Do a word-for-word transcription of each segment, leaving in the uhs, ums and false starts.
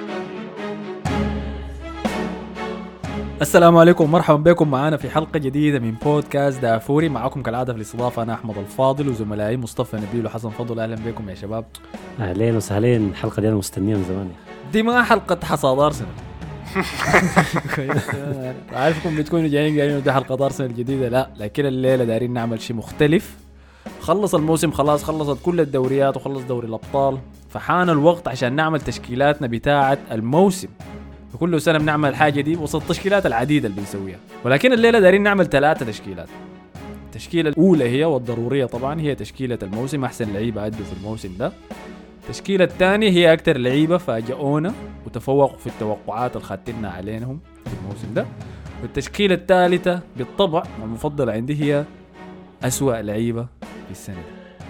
السلام عليكم ومرحبا بكم معنا في حلقة جديدة من بودكاست دافوري. معكم كالعادة في الاستضافة أنا أحمد الفاضل وزملائي مصطفى نبيل وحسن فضل. أهلا بكم يا شباب. أهلين وسهلين. الحلقة دي أنا مستنيها من زمان. دي ما حلقة حصاد أرسنال. عارفكم بتكونوا جايين قايلين دي حلقة أرسنال الجديدة، لا، لكن الليلة دارين نعمل شيء مختلف. خلص الموسم خلاص، خلصت كل الدوريات وخلص دوري الأبطال، فحان الوقت عشان نعمل تشكيلاتنا بتاعة الموسم. كل سنة بنعمل الحاجة دي وسط التشكيلات العديدة اللي بنسويها، ولكن الليلة دارين نعمل ثلاثة تشكيلات. التشكيلة الأولى هي والضرورية طبعا هي تشكيلة الموسم، أحسن لعيبة أدوا في الموسم ده. التشكيلة الثانية هي أكتر لعيبة فاجئونا وتفوقوا في التوقعات اللي خدتنا عليهم في الموسم ده. والتشكيلة الثالثة بالطبع المفضلة عندي هي أسوأ لعيبة في السنة.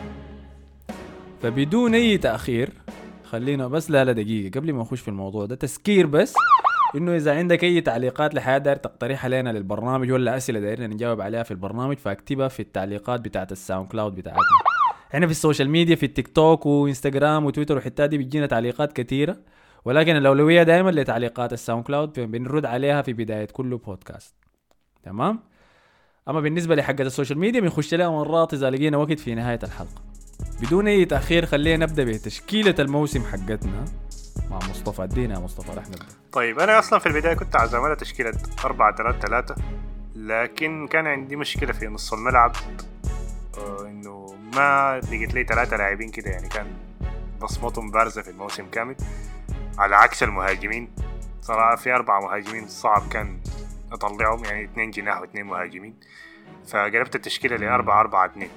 فبدون أي تأخير خلينا بس لا لا دقيقة قبل ما نخش في الموضوع ده تذكير بس إنه إذا عندك أي تعليقات لحاجة داير تقترحها لنا للبرنامج ولا أسئلة دايرين نجاوب عليها في البرنامج فاكتبها في التعليقات بتاعت الساوند كلاود بتاعتنا. احنا في السوشيال ميديا في التيك توك وإنستغرام وتويتر وحتى دي بتجينا تعليقات كثيرة، ولكن الأولوية دائما لتعليقات الساوند كلاود بنرد عليها في بداية كل بودكاست. تمام. أما بالنسبة لحاجة السوشيال ميديا بنخش لها مرات إذا لقينا وقت في نهاية الحلقة. بدون أي تأخير خلينا نبدأ بتشكيلة الموسم حقتنا مع مصطفى. الدين يا مصطفى رح نبدأ. طيب أنا أصلا في البداية كنت عايز أعمل تشكيلة أربعة ثلاثة ثلاثة، لكن كان عندي مشكلة في نص الملعب، آه إنه ما لقيت لي ثلاثة لاعبين كده يعني كان بصمتهم بارزة في الموسم كامل، على عكس المهاجمين. صراحة في أربعة مهاجمين صعب كان أطلعهم، يعني اثنين جناح واثنين مهاجمين، فقلبت التشكيلة لأربعة أربعة اثنين.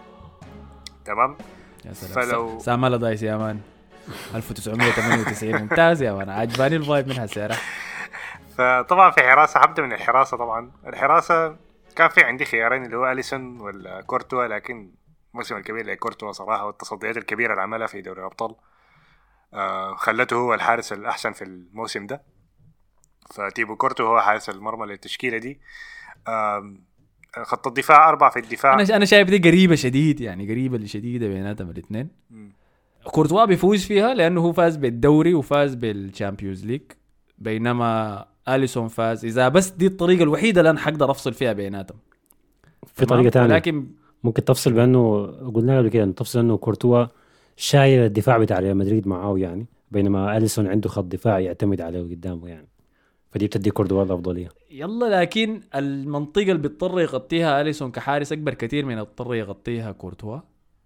تمام. يا سلام. فلو سامالة دايس يا مان ألف وتسعمية وثمانية وتسعين ممتاز يا مان، عجباني الفايب منها سيرة. فطبعا في حراسة هبدأ من الحراسة. طبعا الحراسة كان في عندي خيارين اللي هو أليسون ولا كورتوا، لكن الموسم الكبير لكورتوا صراحة والتصديات الكبيرة اللي عملها في دوري الأبطال آه خلته هو الحارس الأحسن في الموسم ده. فتيبو كورتوا هو حارس المرمى للتشكيلة دي. آه خط الدفاع أربعة في الدفاع. أنا أنا شايف دي قريبة شديد، يعني قريبة شديدة بيناتهم الاثنين. كورتوا بيفوز فيها لأنه هو فاز بالدوري وفاز بالشامبيونز ليج، بينما أليسون فاز. إذا بس دي الطريقة الوحيدة اللي أنا حقدر أفصل فيها بيناتهم. في طريقة تانية لكن ممكن تفصل بأنه قلنا قبل كده أنه تفصل أنه كورتوا شايل الدفاع بتاع ريال مدريد معاه يعني، بينما أليسون عنده خط دفاع يعتمد عليه قدامه يعني، فدي بتدي كورتوا الأفضلية. يلا لكن المنطقة اللي بيضطر يغطيها أليسون كحارس أكبر كتير من اضطر يغطيها كورتوا.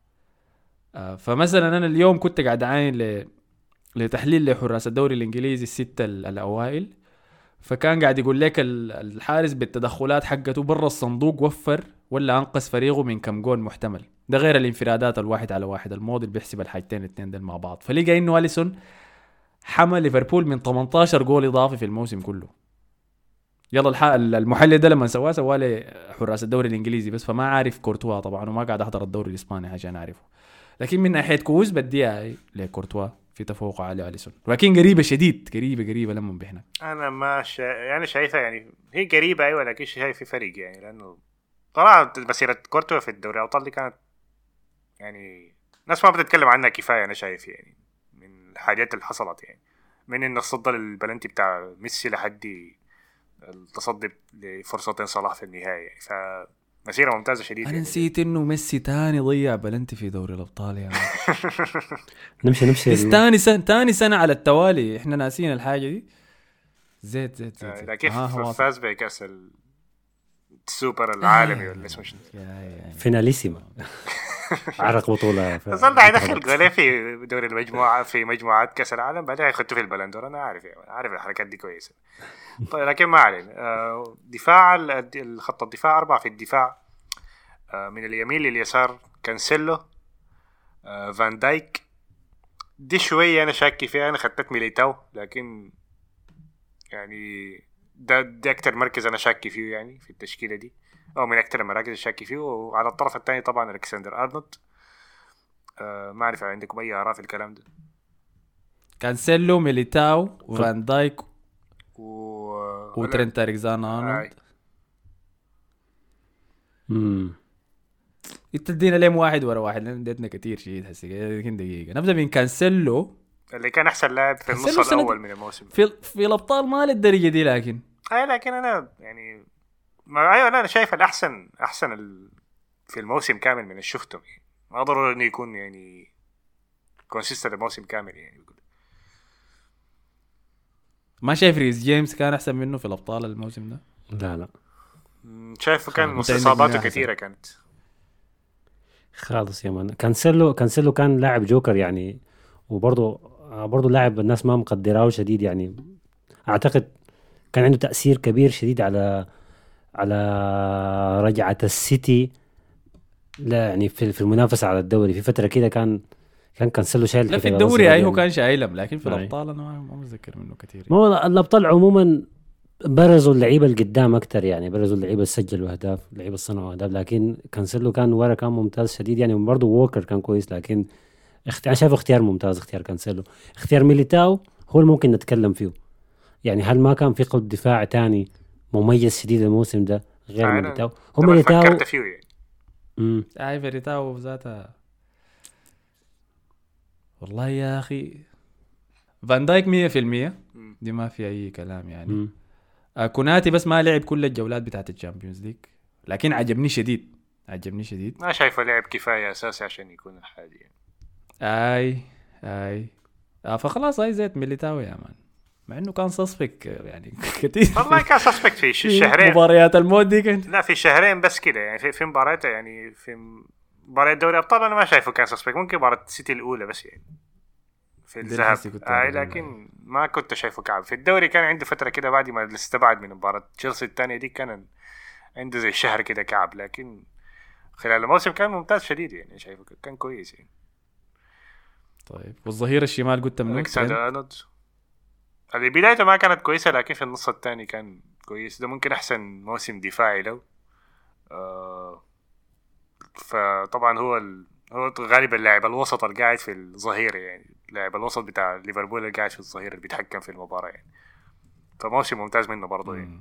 آه فمثلا أنا اليوم كنت قاعد عاين ل... لتحليل لحراس الدوري الإنجليزي الستة الأوائل، فكان قاعد يقول لك الحارس بالتدخلات حقته برا الصندوق وفر ولا أنقذ فريقه من كم جول محتمل، ده غير الانفرادات الواحد على واحد. الموديل بيحسب الحاجتين الاثنين دول مع بعض، فلقى إنه أليسون حمل ليفربول من ثمانية عشر جول إضافي في الموسم كله. يلا المحلل ده لما سواه سواه لحراس الدوري الإنجليزي بس، فما عارف كورتوا طبعا وما قاعد أحضر الدوري الإسباني عشان أعرفه، لكن من ناحية كوز بديها لكورتوا في تفوق على أليسون، لكن قريبة شديد قريبة قريبة لما بهنا. أنا ما شا... يعني شايفها يعني هي قريبة أيوة، لكن شايف في فرق يعني، لأنه طبعا مسيرة كورتوا في الدوري الأبطال كانت يعني ناس ما بتتكلم عنها كفاية. أنا شايف يعني من الحاجات اللي حصلت يعني من إنه صد البلنتي بتاع ميسي لحد التصدي لفرصتين صلاح في النهاية يعني، فمسيرة ممتازة شديدة. أنا نسيت يعني إنه ميسي تاني ضيع بلنتي في دوري الأبطال يعني. نمشي نمشي تاني سنة تاني سنة على التوالي، إحنا ناسين الحاجة دي. زيت زيت زيت, زيت. لكن آه فاز بكأس السوبر العالمي ولا اسمه شنو فيناليسيما عرق بطولة. صدق يدخل جولة في دوري المجموعة في مجموعات كأس العالم بعدين يخطوا في البلندور. أنا عارف يعني عارف الحركات دي كويسة. طيب لكن ما علينا. دفاع الخط الدفاع أربعة في الدفاع، من اليمين لليسار كانسيلو، فان دايك. دي شوية أنا شاكي فيها، أنا خطت ميليتاو، لكن يعني ده دي أكتر مركز أنا شاكي فيه يعني في التشكيلة دي، أو من أكتر المراكز الشاكي فيه. وعلى الطرف الثاني طبعا ألكسندر أرنولد. أه ما أعرف عندكم أي آراء في الكلام ده؟ كانسيلو، ميليتاو، وفان دايك و... وترينت ألكساندر-أرنولد. امم تدينا لهم واحد ورا واحد لأن اديتنا كتير شيء هسه. لكن دقيقة نبدأ من كانسيلو. اللي كان احسن لاعب في النص الاول من الموسم في في الابطال ما للدرجه دي لكن اي لكن انا يعني ما ايوه انا شايف الاحسن احسن ال... في الموسم كامل من اللي شفته يعني. ما ضروري انه يكون يعني كونسيستنت الموسم كامل يعني. ما شايف ريس جيمس كان احسن منه في الابطال الموسم ده؟ لا لا شايفه كان اصاباته كثيره كانت خالص يا مان. كانسيلو كانسيلو كان لاعب جوكر يعني، وبرضه برضه لاعب الناس ما مقدراه شديد يعني. اعتقد كان عنده تأثير كبير شديد على على رجعة السيتي لا يعني في في المنافسة على الدوري. في فترة كده كان كان كانسيلو شايل. لا في الدوري اي هو كان شايلهم، لكن في الابطال انا ما متذكر منه كثير. ما هو الابطال عموما برزوا اللعيبه اللي قدام اكثر يعني، برزوا اللعيبه اللي سجلوا اهداف، اللعيبه اللي صنعوا اهداف، لكن كانسيلو كان ورا كان ممتاز شديد يعني. وبرضه ووكر كان كويس، لكن اخت... انا شايف اختيار ممتاز اختيار كانسيلو. اختيار ميليتاو هو اللي ممكن نتكلم فيه يعني. هل ما كان في قلب دفاع تاني مميز شديد الموسم ده غير ميليتاو؟ هو ميليتاو فكرت فيه يعني. امم اي ميليتاو ذاته والله يا اخي. فان دايك مية في المية دي ما في اي كلام يعني. آه كوناتي بس ما لعب كل الجولات بتاعت الشامبيونز ليج، لكن عجبني شديد عجبني شديد. ما شايفه لعب كفايه اساسي عشان يكون الحالي يعني. اي اي آه فخلاص هاي زيت ميليتاو يا مان، مع انه كان سسبك يعني كثير. والله كان سسبكت في شهرين مباريات الموت دي كانت لا في شهرين بس كده يعني. في في مباريات يعني في مباريات دوري ابطال انا ما شايفه كان سسبكت. ممكن مباراه السيتي الاولى بس يعني في الذهاب آه لكن ما كنت شايفه كعب. في الدوري كان عنده فترة كده بعد ما استبعد من مباراة تشيلسي الثانية دي كان عنده زي شهر كده كعب، لكن خلال الموسم كان ممتاز شديد يعني. شايفه كان كويس يعني. طيب والظهير الشمال قلت منو؟ ألكسندر أرنولد اللي بدايته ما كانت كويسة، لكن في النص الثاني كان كويس. ده ممكن أحسن موسم دفاعي له. آه فطبعا هو ال... هو غالبا اللاعب الوسط القاعد في الظهير يعني. لاعب الوسط بتاع ليفربول اللي قاعد في الظهير اللي بيتحكم في المباراة يعني. فموسم ممتاز منه برضه يعني.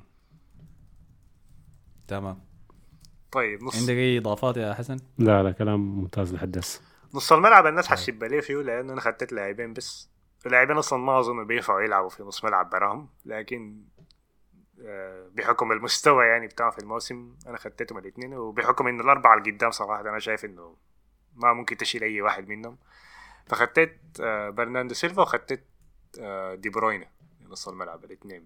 تمام. طيب نص عندك اي اضافات يا حسن؟ لا لا كلام ممتاز لحد هسه. نص الملعب الناس حسب ليه فيه لانه انا خدت لاعبين بس. اللاعبين اصلا ما اظن بينفعوا يلعبوا في نص ملعب براهم، لكن بحكم المستوى يعني بتاعه في الموسم انا خدتهم الاثنين، وبحكم انه الاربعه اللي قدام صراحه انا شايف انه ما ممكن تشيل اي واحد منهم. فخدت برناردو سيلفا وخدت دي بروينه نص الملعب الاثنين.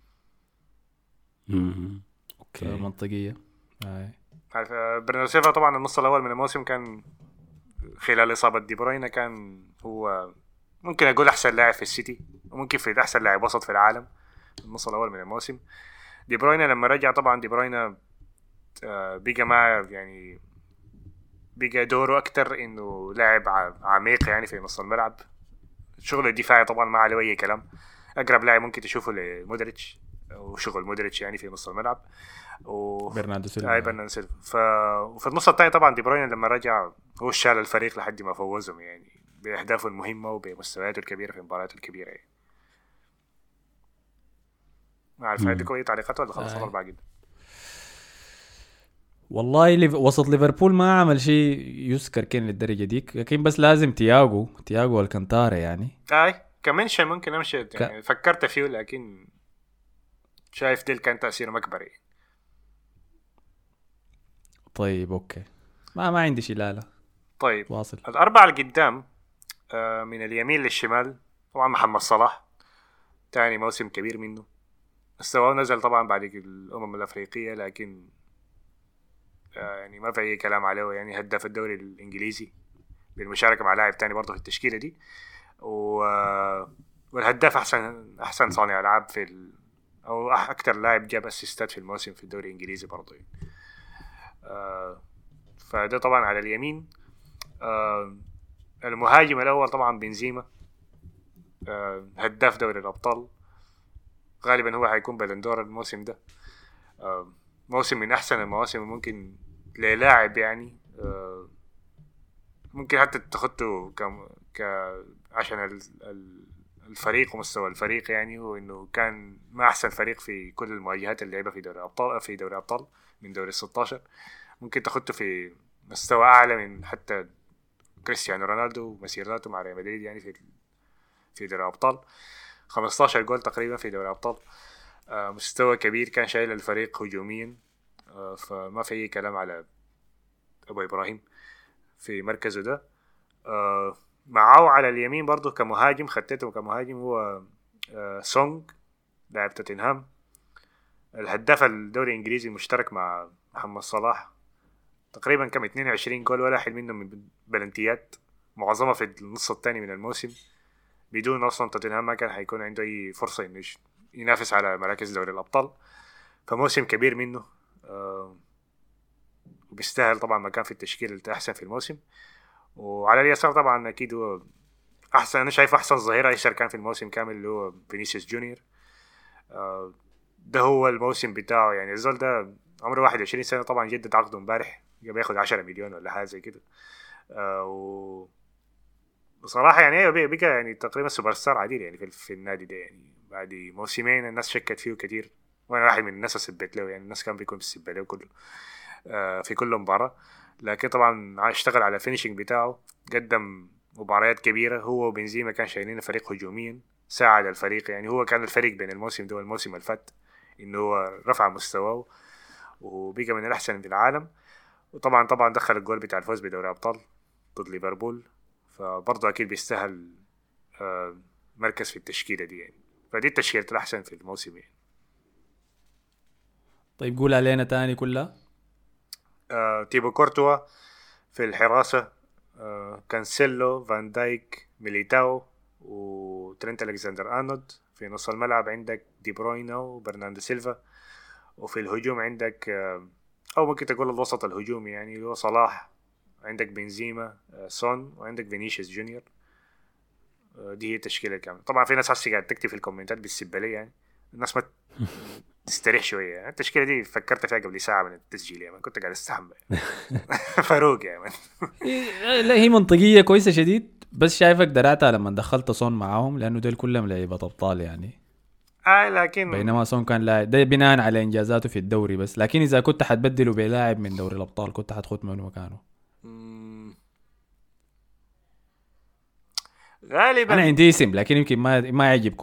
امم اوكي منطقيه. هاي عارف برناردو سيلفا طبعا النص الاول من الموسم كان خلال اصابه دي بروينه كان هو ممكن اقول احسن لاعب في السيتي، وممكن في احسن لاعب وسط في العالم النص الاول من الموسم. دي بروينه لما رجع طبعا دي بروينه بقى ما يعني بقى دوره اكتر انه لاعب عميق يعني في نص الملعب. شغل الدفاعي طبعا ما عليه اي كلام. اقرب لاعب ممكن تشوفه لمودريتش وشغل مودريتش يعني في نص الملعب و برناردو سيلفا. اي برناردو سيلفا. ف... وفي النص الثاني طبعا دي بروين لما رجع هو شال الفريق لحد ما فوزهم يعني باهدافه المهمه وبمستوياته الكبيره في مبارياته الكبيره يعني. ما اعرف عندك اي تعليقات ولا خلصنا اربعه جدا؟ والله ليف... وسط ليفربول ما عمل شيء يذكر كين للدرجه ديك، لكن بس لازم تياغو تياغو الكانتارا يعني. اي كمان شيء ممكن امشي يعني ك... فكرت فيه لكن شايف ديل كان تاثيره اكبر يعني. طيب اوكي ما ما عندي شيء. لا لا طيب واصل. الاربعه القدام آه من اليمين للشمال طبعا محمد صلاح تاني موسم كبير منه. مستواه نزل طبعا بعد الامم الافريقيه، لكن آه يعني ما في اي كلام عليه يعني. هداف الدوري الانجليزي بالمشاركه مع لاعب تاني برضه في التشكيله دي، و آه والهداف احسن احسن صانع العاب في ال... او اكثر لاعب جاب اسيستات في الموسم في الدوري الانجليزي برضه يعني. آه فده طبعا على اليمين. آه المهاجم الاول طبعا بنزيما آه هداف دوري الابطال، غالبا هو هيكون بلندور الموسم ده. آه موسم من احسن المواسم ممكن للاعب يعني. آه ممكن حتى تاخده ك ك عشان ال... ال... الفريق ومستوى الفريق يعني. هو انه كان ما احسن فريق في كل المواجهات اللي لعبها في دوري الابطال في دوري الابطال من دوري الستاشر. ممكن تاخده في مستوى اعلى من حتى كريستيانو رونالدو ومسيرته مع ريال مدريد يعني في في في دوري الابطال، خمسة عشر جول تقريبا في دوري الابطال. آه مستوى كبير، كان شايل الفريق هجوميا. آه فما في اي كلام على ابو ابراهيم في مركزه ده. آه معاه على اليمين برضه كمهاجم، خدته كمهاجم هو آه سونغ لاعب توتنهام، الهداف الدوري الانجليزي مشترك مع محمد صلاح، تقريبا كم اثنين وعشرين جول ولا واحد منهم من بلنتيات، معظمها في النص الثاني من الموسم. بدون اصلا توتنهام ما كان حيكون عنده اي فرصه انه ينافس على مراكز دوري الابطال، فموسم كبير منه. آه وبيستاهل طبعا مكان في التشكيل اللي احسن في الموسم. وعلى اليسار طبعا اكيد هو احسن، انا شايف احسن ظهير ايسر كان في الموسم كامل اللي هو فينيسيوس جونيور. آه ده هو الموسم بتاعه يعني. الزول ده عمره واحد وعشرين سنه، طبعا جدد عقده امبارح، بياخد عشرة مليون ولا حاجه زي كده. آه و بصراحه يعني ايوه بقى يعني تقريبا سوبر ستار عديد يعني في, في النادي ده يعني. بعد موسمين الناس شكت فيه كتير، وانا واحد من الناس سبت له يعني، الناس كان بيكون بيسب له كله آه في كل مباراه. لكن طبعا اشتغل على فينيشنج بتاعه، قدم مباريات كبيره، هو وبنزيما كان شايلين فريق هجوميا، ساعد الفريق يعني. هو كان الفريق بين الموسم ده والموسم اللي فات انه هو رفع مستواه وبقى من الاحسن في العالم. وطبعا طبعا دخل الجول بتاع الفوز بدوري الابطال ضد ليفربول، فبرضه اكيد بيستاهل آه مركز في التشكيله دي يعني. فدي التشكيله الاحسن في الموسم يعني. طيب قول علينا تاني كلها. آه تيبو كورتوا في الحراسه، آه كانسيلو، فان دايك، ميليتاو، وترينت الكسندر ارنولد. في نص الملعب عندك دي بروينا وبرناردو سيلفا. وفي الهجوم عندك آه او ممكن تقول الوسط الهجومي يعني اللي هو صلاح، عندك بنزيما، آه سون، وعندك فينيسيوس جونيور. آه دي هي التشكيله كامله. طبعا في ناس هسه قاعد تكتب في الكومنتات بالسباليه يعني، الناس ما تستريح شويه يعني. التشكيله دي فكرت فيها قبل ساعه من التسجيل يعني، كنت قاعد استحمى فاروق يعني. لا هي منطقيه كويسه شديد، بس شايفك درعتها لما دخلت صون معاهم لانه دول كلهم لعيبه ابطال يعني. آه لكن بينما صون كان لاعب ده بناء على انجازاته في الدوري بس، لكن اذا كنت حتبدله بلاعب من دوري الابطال كنت حتخد منه مكانه. غالبا انا عندي اسم لكن يمكن ما ما يعجبكم.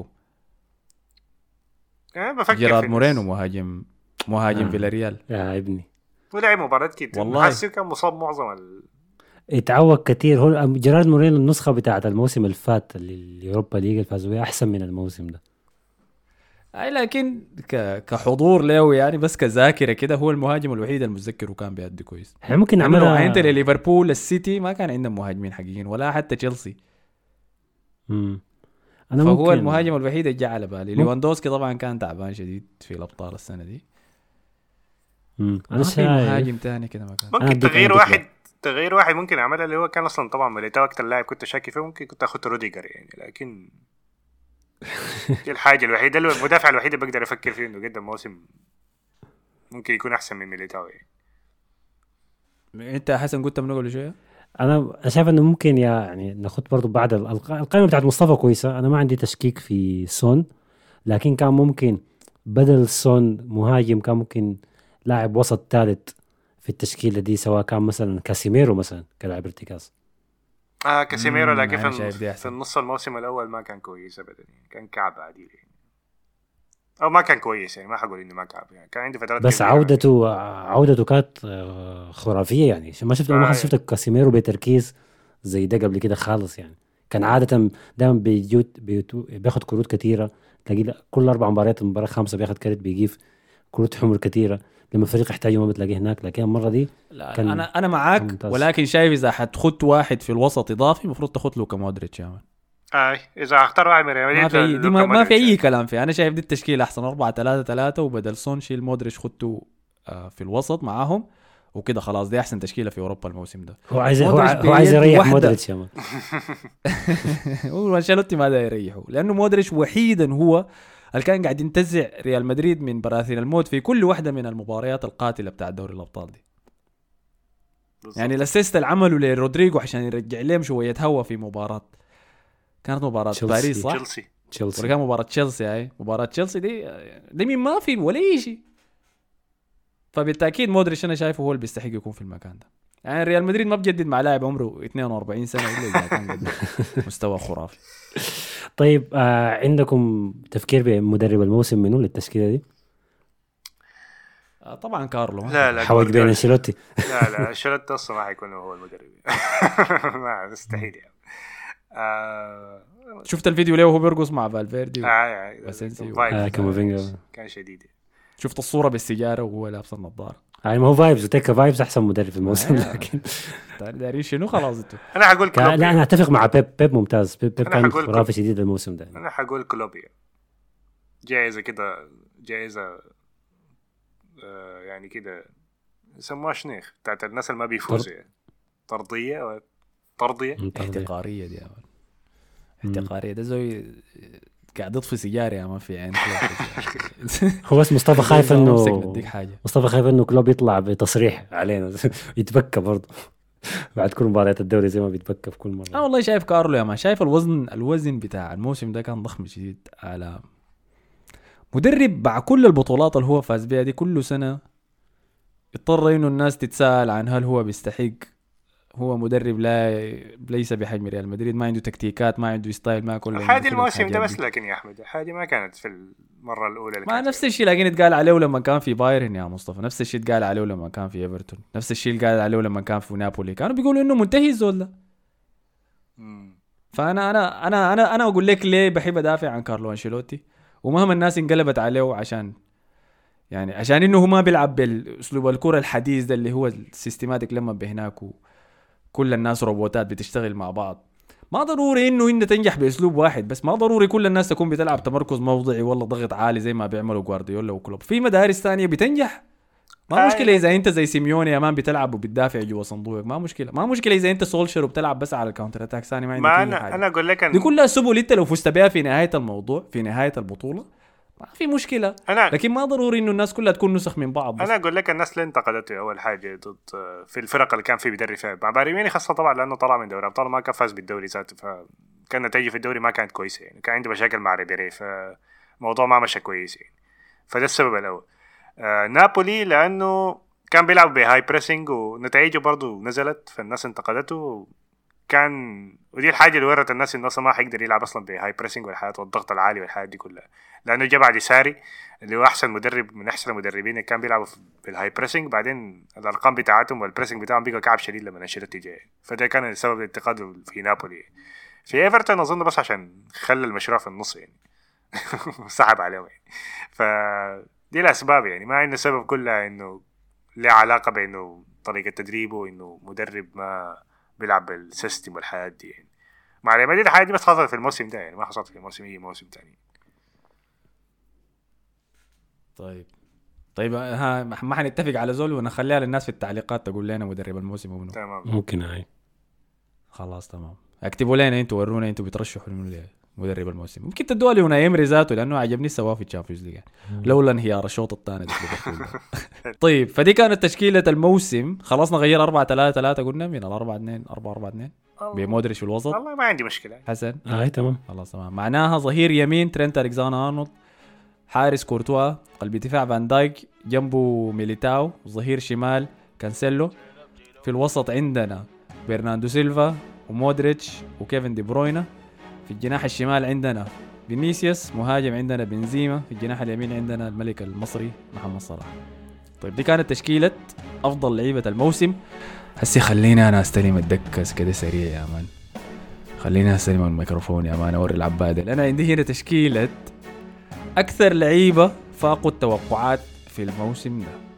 انا بفكر جيرارد مورينو، مهاجم مهاجم آه. فيلاريال يا ابني ولعب مباراه كده والله، حاسس كان مصاب معظم ال... اتعوق كتير. هو جيرارد مورينو النسخه بتاعه الموسم اللي فات اللي اليوروبا ليج الفازوا بيها احسن من الموسم ده. اي لكن ك... كحضور له يعني، بس كذاكره كده هو المهاجم الوحيد المتذكر وكان بيأدي كويس. احنا ممكن نعملها عند ليفربول السيتي ما كان عندهم مهاجمين حقيقيين ولا حتى تشيلسي. امم انا فهو ممكن... المهاجم الوحيد اللي جاء على بالي. ليفاندوسكي طبعا كان تعبان شديد في الابطال السنه دي. امم انا شايف مهاجم ثاني كده ما كان. ممكن تغيير واحد تغيير واحد ممكن اعملها اللي هو كان اصلا طبعا مليتاو وقت اللاعب كنت شاكي فيه، ممكن كنت اخذ روديجر يعني. لكن دي الحاجه الوحيده اللي المدافع الوحيد اللي بقدر افكر فيه انه قدم موسم ممكن يكون احسن من ميليتاو يعني. انت حسن قلت من قبل شويه انا شايف انه ممكن يعني ناخذ برضو بعد القائمه بتاعت مصطفى كويسه. انا ما عندي تشكيك في سون، لكن كان ممكن بدل سون مهاجم كان ممكن لاعب وسط ثالث في التشكيله دي، سواء كان مثلا كاسيميرو مثلا كلاعب ارتكاز. اه كاسيميرو لكن في, في النص الموسم الاول ما كان كويس ابدا يعني، كان كعب عادي يعني. او ما كان كويس يعني، ما حقول انه ما كعب يعني، كان عنده فترات بس عودته يعني. عودته كانت خرافيه يعني. ما شفت آه ما شفت كاسيميرو بتركيز زي ده قبل كده خالص يعني. كان عاده دائما بيجود بياخد كروت كثيره، تلاقي كل اربع مباريات المباراه خامسه بياخد كرت، بيجيف كروت حمر كثيره لما الفريق يحتاجه ما بتلاقيه هناك. لكن المره دي كان انا انا معاك ممتاز. ولكن شايف اذا حتخط واحد في الوسط اضافي المفروض تاخذ له كمودريتش يعني. اي اذا اختار واحد من ريال ما في دي ما, ما في اي كلام فيه. انا شايف دي التشكيله احسن أربعة ثلاثة ثلاثة، وبدل سون شيل مودريتش خدته آه في الوسط معاهم وكده خلاص. دي احسن تشكيله في اوروبا الموسم ده. هو عايز هو عايز يريح مودريتش يا مان. هو انشيلوتي ما دا يريحه لانه مودريتش وحيدا هو اللي كان قاعد ينتزع ريال مدريد من براثين الموت في كل واحدة من المباريات القاتلة بتاع دوري الأبطال دي. بالزبط. يعني الاسيست اللي عمله لرودريجو عشان يرجع لهم شوية هوا في مباراة، كانت مباراة باريس صح؟ تشيلسي تشيلسي وكان مباراة تشيلسي هاي مباراة تشيلسي دي دي من ما في ولا شيء. فبالتأكيد مودريتش أنا شايفه هو اللي بيستحق يكون في المكان ده. يعني ريال مدريد ما بجدد مع لاعب عمره اثنين وأربعين سنه الا اذا كان قدم مستوى خرافي. طيب آه عندكم تفكير بمدرب الموسم منو للتشكيله دي؟ آه طبعا كارلو. لا لا حوج بين انشيلوتي. لا لا انشيلوتي اصلا ما حيكون هو المدرب. ما مستحيل يعني. آه شفت الفيديو ليه وهو بيرقص مع فالفيردي آه واسينسيو آه كامافينجا كان شديد. شفت الصوره بالسيجاره وهو لابس النظاره. هاي ما هو فايبز وتيكا فايبز احسن مدرب في الموسم. لكن دارين شنو خلاص انتوا. انا حقول كلوب. لا انا اتفق مع بيب. بيب ممتاز. بيب, بيب كان خرافي شديد الموسم ده. انا حقول كلوب يعني. جائزه كده جائزه آه يعني كده يسموها شنيخ بتاعت الناس اللي ما بيفوزوا يعني. طرديه او طرديه احتقاريه دي. احتقاريه ده زي قاعد يطفي سيجاره يا ما في عين. هو بس مصطفى خايف انه حاجه. مصطفى خايف انه كلوب يطلع بتصريح علينا يتبكى برضه بعد كل مباريات الدوري زي ما بيتبكى في كل مره. اه والله شايف كارلو يا ما شايف الوزن الوزن بتاع الموسم ده كان ضخم شديد على مدرب مع كل البطولات اللي هو فاز بها دي كل سنه. اضطر انه الناس تتساءل عن هل هو بيستحق. هو مدرب لا ليس بحجم ريال مدريد ما عنده تكتيكات ما عنده ستايل ما كل هذه الموسم ده بس. لكن يا احمد هذه ما كانت في المره الاولى ما نفس الشيء لكن اتقال عليه لما كان في بايرن يا مصطفى. نفس الشيء اتقال عليه لما كان في ايفرتون. نفس الشيء اتقال عليه لما كان في نابولي. كانوا بيقولوا انه منتهي الزول ده. فانا انا انا انا انا اقول لك ليه بحب ادافع عن كارلو انشيلوتي ومهما الناس انقلبت عليه عشان يعني عشان انه هو ما بيلعب بالاسلوب الكره الحديث ده اللي هو السيستماتيك لما بهناك كل الناس روبوتات بتشتغل مع بعض. ما ضروري انه انت تنجح باسلوب واحد بس. ما ضروري كل الناس تكون بتلعب تمركز موضعي ولا ضغط عالي زي ما بيعملوا جوارديولا وكلوب. في مدارس ثانيه بتنجح. ما مشكله اذا انت زي سيميوني يا مان بتلعب وبتدافع جوا صندوقك. ما مشكله. ما مشكله اذا انت سولشر وبتلعب بس على الكاونتر اتاك ثاني ما عندك ما اي أنا حاجه. انا اقول لك دي كلها سبل انت لو فزت بها في نهايه الموضوع في نهايه البطوله ما في مشكله. أنا لكن ما ضروري انه الناس كلها تكون نسخ من بعض بس. انا اقول لك الناس اللي انتقدته اول حاجه ضد في الفرق اللي كان فيه بيدرب فيها مع بايرن خاصه طبعا لانه طلع من دوري ابطال ما كان فاز بالدوري ذاته فكان نتائجه في الدوري ما كانت كويسه يعني. كان عنده مشاكل مع ريبيري فالموضوع ما مشى كويس يعني. فده السبب الاول. آه نابولي لانه كان بيلعب بهاي بريسنج ونتائجه برضو نزلت فالناس انتقدته. كان ودي الحاجه اللي ورت الناس انه اصلا ما حيقدر يلعب اصلا بهاي بريسنج والحياه والضغط العالي والحاجات دي كلها لانه جا بعد ساري اللي هو احسن مدرب من احسن المدربين كان بيلعبوا بالهاي بريسنج. بعدين الارقام بتاعتهم والبريسنج بتاعهم بقى كعب شديد لما انشيلوتي جاي. فده كان سبب الانتقاد في نابولي. في ايفرتون اظن بس عشان خلى المشروع في النص يعني سحب عليهم يعني. فدي الاسباب يعني. ما عنده سبب كلها انه له علاقه بانه طريقه تدريبه وانه مدرب ما بيلعب بالسيستم والحياة دي يعني. مع ريال مدريد الحياة دي بس حصلت في الموسم ده يعني ما حصلت في الموسم اي موسم تاني. طيب طيب ها ما حنتفق على زول ونخليها للناس في التعليقات تقول لنا مدرب الموسم ومنو. تمام ممكن هاي خلاص تمام. اكتبوا لنا انتوا ورونا انتوا بترشحوا منو مدرب الموسم. ممكن تدوا لي هنا يمري ذاته لانه عجبني سواه في الشامبيونز ليج لولا انهيار الشوط الثاني. طيب فدي كانت تشكيله الموسم. خلصنا غير أربعة ثلاثة ثلاثة قلنا من الأربعة اثنين أربعة أربعة اثنين بمودريتش في الوسط. والله ما عندي مشكله حسن هاي تمام خلاص تمام. معناها ظهير يمين ترينت ألكساندر أرنولد حارس كورتوا قلب دفاع فان دايك جنبه ميليتاو ظهير شمال كانسيلو. في الوسط عندنا برناردو سيلفا ومودريتش وكيفن دي بروينا. في الجناح الشمال عندنا فينيسيوس. مهاجم عندنا بنزيما. في الجناح اليمين عندنا الملك المصري محمد صلاح. طيب دي كانت تشكيلة أفضل لعيبة الموسم. هسي خليني أنا أستلم الدكس كده سريع يا مان. خليني أستلم الميكروفون يا مان أوري العبادة. أنا عندي هنا تشكيلة أكثر لعيبة فاقوا التوقعات في الموسم ده.